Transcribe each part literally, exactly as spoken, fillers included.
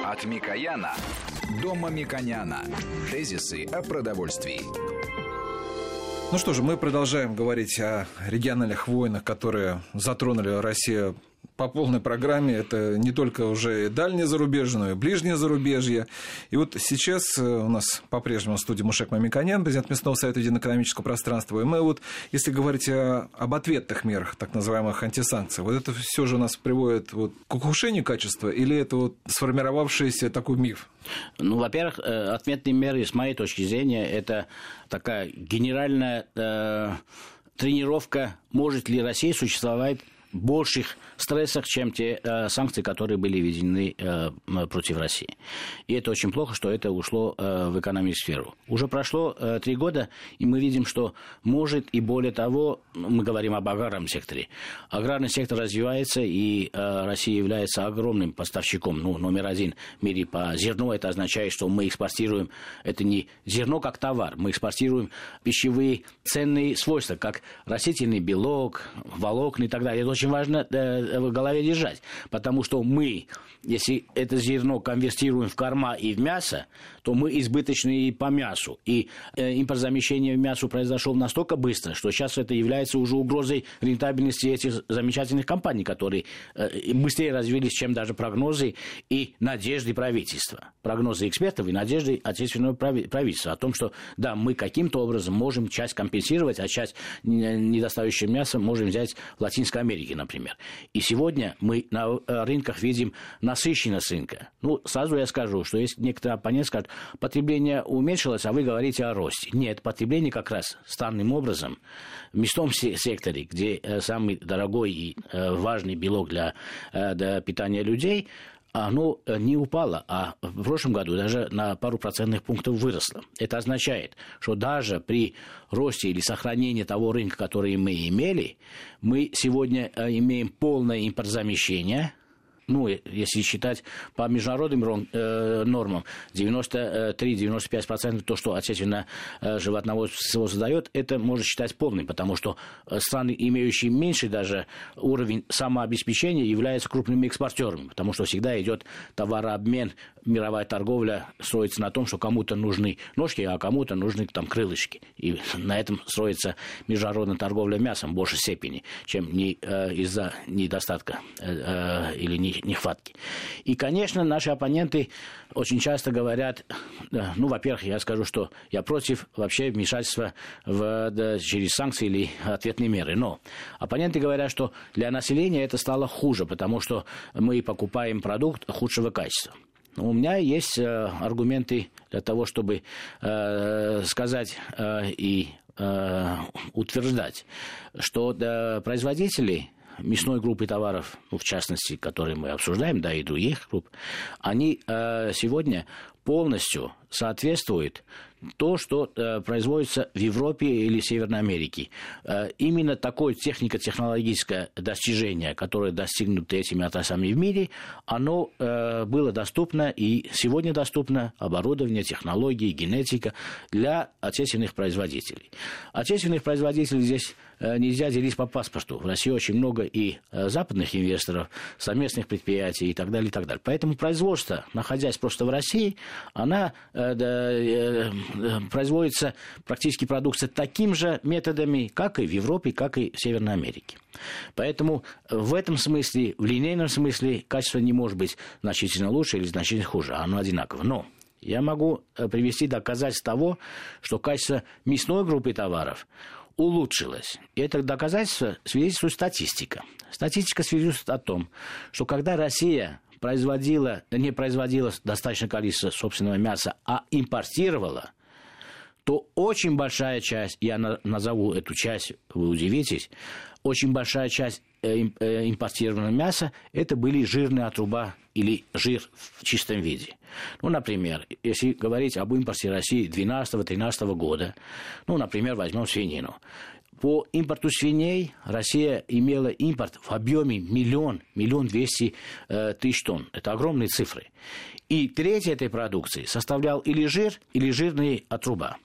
От Микояна до Мамиконяна. Тезисы о продовольствии. Ну что же, мы продолжаем говорить о региональных войнах, которые затронули Россию по полной программе. Это не только уже дальнее зарубежье, но и ближнее зарубежье. И вот сейчас у нас по-прежнему в студии Мушек Мамиконян, президент Местного совета единоэкономического пространства. И мы вот, если говорить о, об ответных мерах, так называемых антисанкций, вот это все же нас приводит вот к ухудшению качества или это вот сформировавшийся такой миф? Ну, во-первых, ответные меры, с моей точки зрения, это такая генеральная э, тренировка, может ли Россия существовать в больших стрессах, чем те э, санкции, которые были введены э, против России. И это очень плохо, что это ушло э, в экономическую сферу. Уже прошло э, три года, и мы видим, что может, и более того, мы говорим об аграрном секторе. Аграрный сектор развивается, и э, Россия является огромным поставщиком, ну, номер один в мире по зерну. Это означает, что мы экспортируем, это не зерно как товар, мы экспортируем пищевые ценные свойства, как растительный белок, волокна и так далее. Это очень важно э, в голове держать, потому что мы, если это зерно конвертируем в корма и в мясо, то мы избыточны и по мясу. И э, импортозамещение в мясо произошло настолько быстро, что сейчас это является уже угрозой рентабельности этих замечательных компаний, которые э, быстрее развились, чем даже прогнозы и надежды правительства. Прогнозы экспертов и надежды отечественного правительства о том, что да, мы каким-то образом можем часть компенсировать, а часть недостающего мяса можем взять в Латинской Америке, например. И сегодня мы на рынках видим насыщенность рынка. Ну, сразу я скажу, что если некоторые оппоненты скажут, потребление уменьшилось, а вы говорите о росте. Нет, потребление как раз странным образом в мясном секторе, где самый дорогой и важный белок для, для питания людей, оно не упало, а в прошлом году даже на пару процентных пунктов выросло. Это означает, что даже при росте или сохранении того рынка, который мы имели, мы сегодня имеем полное импортозамещение. Ну, если считать по международным э, нормам, девяносто три - девяносто пять процентов то, что отечественное э, животноводство создает, это можно считать полным, потому что страны, имеющие меньший даже уровень самообеспечения, являются крупными экспортерами, потому что всегда идет товарообмен, мировая торговля строится на том, что кому-то нужны ножки, а кому-то нужны там крылышки. И на этом строится международная торговля мясом в большей степени, чем не, э, из-за недостатка э, э, или не нехватки. И, конечно, наши оппоненты очень часто говорят, ну, во-первых, я скажу, что я против вообще вмешательства в, да, через санкции или ответные меры. Но оппоненты говорят, что для населения это стало хуже, потому что мы покупаем продукт худшего качества. У меня есть э, аргументы для того, чтобы э, сказать э, и э, утверждать, что э, производители мясной группы товаров, ну, в частности, которые мы обсуждаем, да, и других групп, они э, сегодня полностью соответствуют то, что э, производится в Европе или Северной Америке. Э, именно такое технико-технологическое достижение, которое достигнуто этими отраслями в мире, оно э, было доступно и сегодня доступно оборудование, технологии, генетика для отечественных производителей. Отечественных производителей здесь э, нельзя делить по паспорту. В России очень много и э, западных инвесторов, совместных предприятий и так далее, и так далее. Поэтому производство, находясь просто в России, она э, да, э, производится практически продукция такими же методами, как и в Европе, как и в Северной Америке. Поэтому в этом смысле, в линейном смысле, качество не может быть значительно лучше или значительно хуже, оно одинаково. Но я могу привести доказательства того, что качество мясной группы товаров улучшилось. И это доказательство свидетельствует статистика. Статистика свидетельствует о том, что когда Россия производила, не производила достаточное количество собственного мяса, а импортировала, то очень большая часть, я назову эту часть, вы удивитесь, очень большая часть импортированного мяса это были жирные отруба или жир в чистом виде. Ну, например, если говорить об импорте России две тысячи двенадцатого - две тысячи тринадцатого года, ну, например, возьмем свинину. По импорту свиней Россия имела импорт в объеме миллион, миллион двести э, тысяч тонн. Это огромные цифры. И треть этой продукции составлял или жир, или жирные отруба.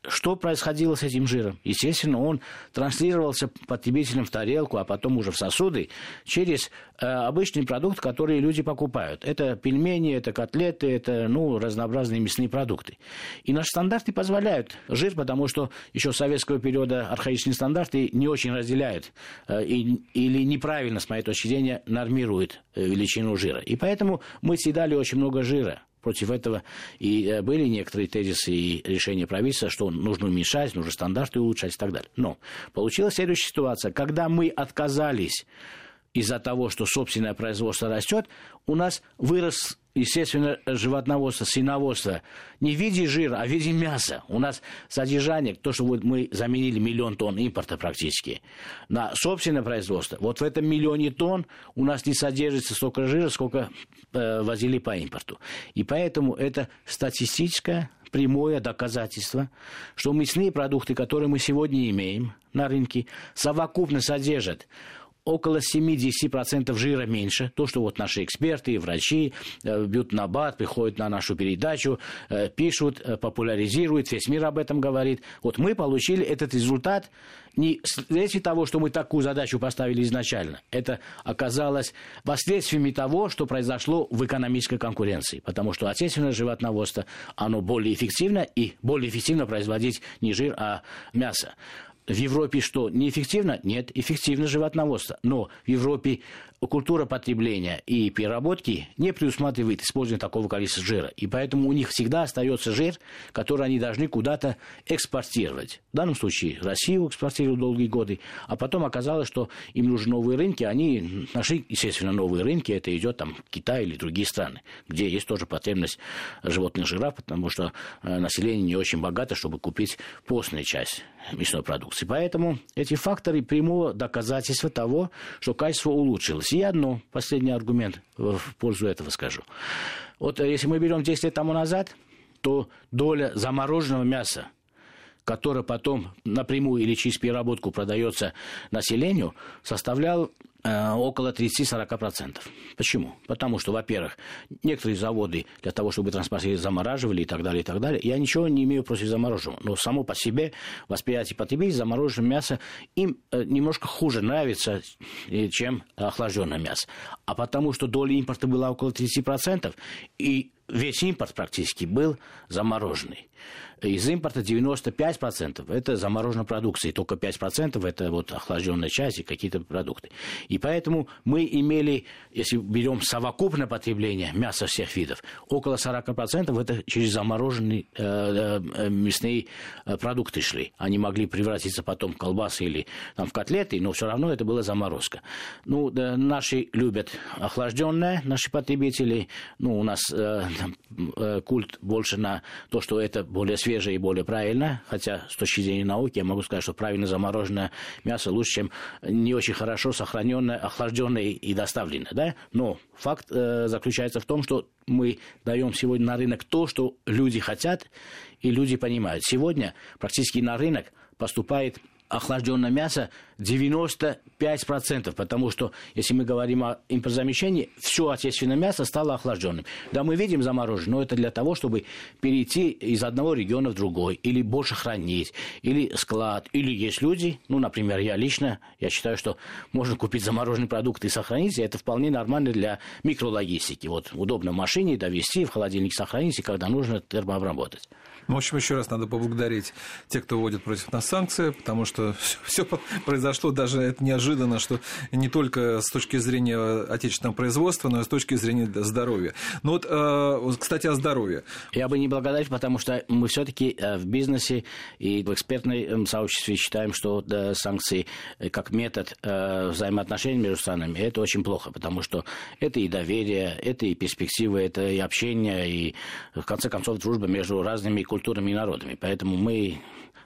что происходило с этим жиром? Естественно, он транслировался потребителям в тарелку, а потом уже в сосуды через э, обычный продукт, который люди покупают. Это пельмени, это котлеты, это ну, разнообразные мясные продукты. И наши стандарты позволяют жир, потому что еще с советского периода архаичные стандарты не очень разделяют э, и, или неправильно, с моей точки зрения, нормируют э, величину жира. И поэтому мы съедали очень много жира. Против этого и были некоторые тезисы и решения правительства, что нужно уменьшать, нужно стандарты улучшать и так далее. Но получилась следующая ситуация. Когда мы отказались из-за того, что собственное производство растет, у нас вырос, естественно, животноводство, свиноводство не в виде жира, а в виде мяса. У нас содержание, то, что вот мы заменили миллион тонн импорта практически на собственное производство, вот в этом миллионе тонн у нас не содержится столько жира, сколько э, возили по импорту. И поэтому это статистическое прямое доказательство, что мясные продукты, которые мы сегодня имеем на рынке, совокупно содержат около семьдесят процентов жира меньше. То, что вот наши эксперты и врачи э, бьют на бат, приходят на нашу передачу, э, пишут, э, популяризируют, весь мир об этом говорит. Вот мы получили этот результат не вследствие того, что мы такую задачу поставили изначально. Это оказалось последствиями того, что произошло в экономической конкуренции. Потому что отечественное животноводство, оно более эффективно и более эффективно производить не жир, а мясо. В Европе что, неэффективно? Нет, эффективно животноводство. Но в Европе культура потребления и переработки не предусматривает использование такого количества жира. И поэтому у них всегда остается жир, который они должны куда-то экспортировать. В данном случае Россию экспортировали долгие годы. А потом оказалось, что им нужны новые рынки. Они нашли, естественно, новые рынки. Это идет там Китай или другие страны, где есть тоже потребность животных жира, потому что население не очень богато, чтобы купить постную часть мясной продукции. Поэтому эти факторы прямого доказательства того, что качество улучшилось. И одно, последний аргумент в пользу этого скажу. Вот если мы берем десять лет тому назад, то доля замороженного мяса, которое потом напрямую или через переработку продается населению, составлял э, около тридцать-сорок процентов. Почему? Потому что, во-первых, некоторые заводы для того, чтобы транспортировать, замораживали и так далее, и так далее. Я ничего не имею против замороженного, но само по себе восприятие потребителей замороженное мясо им э, немножко хуже нравится, э, чем охлажденное мясо. А потому что доля импорта была около тридцать процентов, и весь импорт практически был замороженный. Из импорта девяносто пять процентов это замороженная продукция, и только пять процентов это вот охлажденная часть и какие-то продукты. И поэтому мы имели, если берем совокупное потребление мяса всех видов, около сорок процентов это через замороженные э, э, мясные продукты шли. Они могли превратиться потом в колбасы или там, в котлеты, но все равно это была заморозка. Ну, да, наши любят охлажденное, наши потребители. Ну, у нас э, э, культ больше на то, что это более свежее и более правильно, хотя с точки зрения науки я могу сказать, что правильно замороженное мясо лучше, чем не очень хорошо сохраненное, охлажденное и доставленное. Да? Но факт э, заключается в том, что мы даем сегодня на рынок то, что люди хотят и люди понимают. Сегодня практически на рынок поступает охлажденное мясо девяносто пять процентов, потому что, если мы говорим о импортозамещении, все отечественное мясо стало охлажденным. Да, мы видим замороженное, но это для того, чтобы перейти из одного региона в другой, или больше хранить, или склад, или есть люди, ну, например, я лично, я считаю, что можно купить замороженные продукты и сохранить, и это вполне нормально для микрологистики. Вот удобно в машине довести, в холодильнике сохранить, и когда нужно, термообработать. Ну, в общем, еще раз надо поблагодарить тех, кто вводит против нас санкции, потому что все произошло даже это неожиданно, что не только с точки зрения отечественного производства, но и с точки зрения здоровья. Ну вот, кстати, о здоровье. Я бы не благодарил, потому что мы все-таки в бизнесе и в экспертном сообществе считаем, что санкции как метод взаимоотношений между странами, это очень плохо, потому что это и доверие, это и перспективы, это и общение, и, в конце концов, дружба между разными культурами и народами. Поэтому мы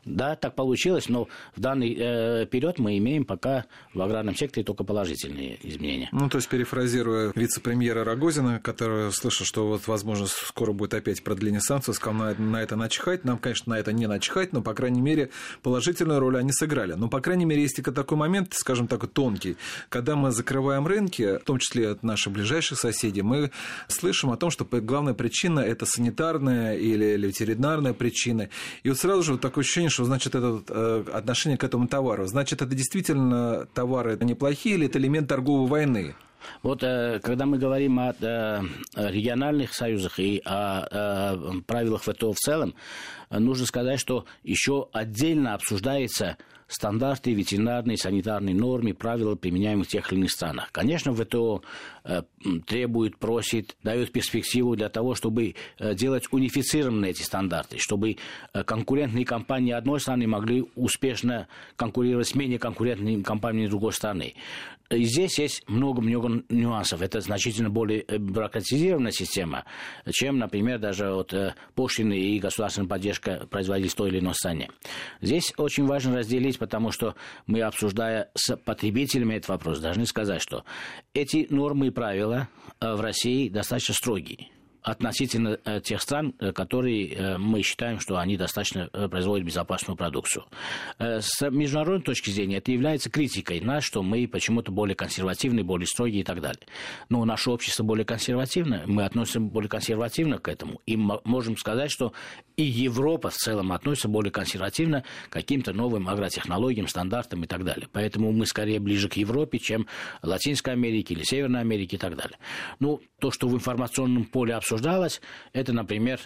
Да, так получилось, но в данный э, период мы имеем пока в аграрном секторе только положительные изменения. Ну, то есть, перефразируя вице-премьера Рогозина, который слышал, что, вот, возможно, скоро будет опять продление санкций, сказал, на, на это начихать. Нам, конечно, на это не начихать, но, по крайней мере, положительную роль они сыграли. Но, по крайней мере, есть такой момент, скажем так, тонкий. Когда мы закрываем рынки, в том числе от наших ближайших соседей, мы слышим о том, что главная причина – это санитарная или ветеринарная причина. И вот сразу же вот такое ощущение, что значит это э, отношение к этому товару. Значит, это действительно товары неплохие или это элемент торговой войны? Вот э, когда мы говорим о э, региональных союзах и о э, правилах ВТО в целом, нужно сказать, что еще отдельно обсуждается стандарты ветеринарной, санитарной нормы, правила, применяемых в тех или иных странах. Конечно, ВТО э, требует, просит, дает перспективу для того, чтобы э, делать унифицированные эти стандарты, чтобы э, конкурентные компании одной страны могли успешно конкурировать с менее конкурентными компаниями другой страны. И здесь есть много-много нюансов. Это значительно более бюрократизированная система, чем, например, даже вот, пошлины и государственная поддержка производительства той или иной стране. Здесь очень важно разделить, потому что мы, обсуждая с потребителями этот вопрос, должны сказать, что эти нормы и правила в России достаточно строгие относительно тех стран, которые мы считаем, что они достаточно производят безопасную продукцию. С международной точки зрения это является критикой нас, что мы почему-то более консервативны, более строгие и так далее. Но наше общество более консервативно, мы относимся более консервативно к этому. И можем сказать, что и Европа в целом относится более консервативно к каким-то новым агротехнологиям, стандартам и так далее. Поэтому мы скорее ближе к Европе, чем Латинской Америке или Северной Америке и так далее. Ну, то, что в информационном поле обсуждалось, это, например,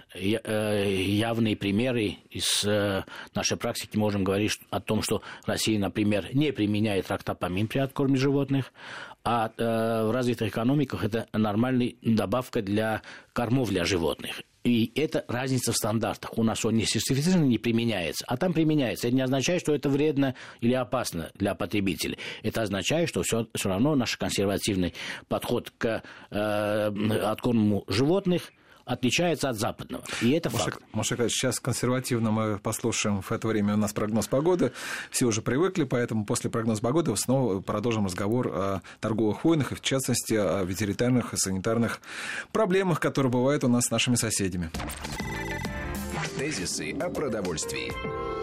явные примеры из нашей практики. Можем говорить о том, что Россия, например, не применяет рактопамин при откорме животных, а в развитых экономиках это нормальная добавка для кормов для животных. И это разница в стандартах. У нас он не сертифицирован, не применяется, а там применяется. Это не означает, что это вредно или опасно для потребителей. Это означает, что все, все равно наш консервативный подход к э, откорму животных отличается от западного. И это Маша, факт. Маша, сейчас консервативно мы послушаем в это время у нас прогноз погоды. Все уже привыкли, поэтому после прогноза погоды снова продолжим разговор о торговых войнах и, в частности, о ветеринарных и санитарных проблемах, которые бывают у нас с нашими соседями. Тезисы о продовольствии.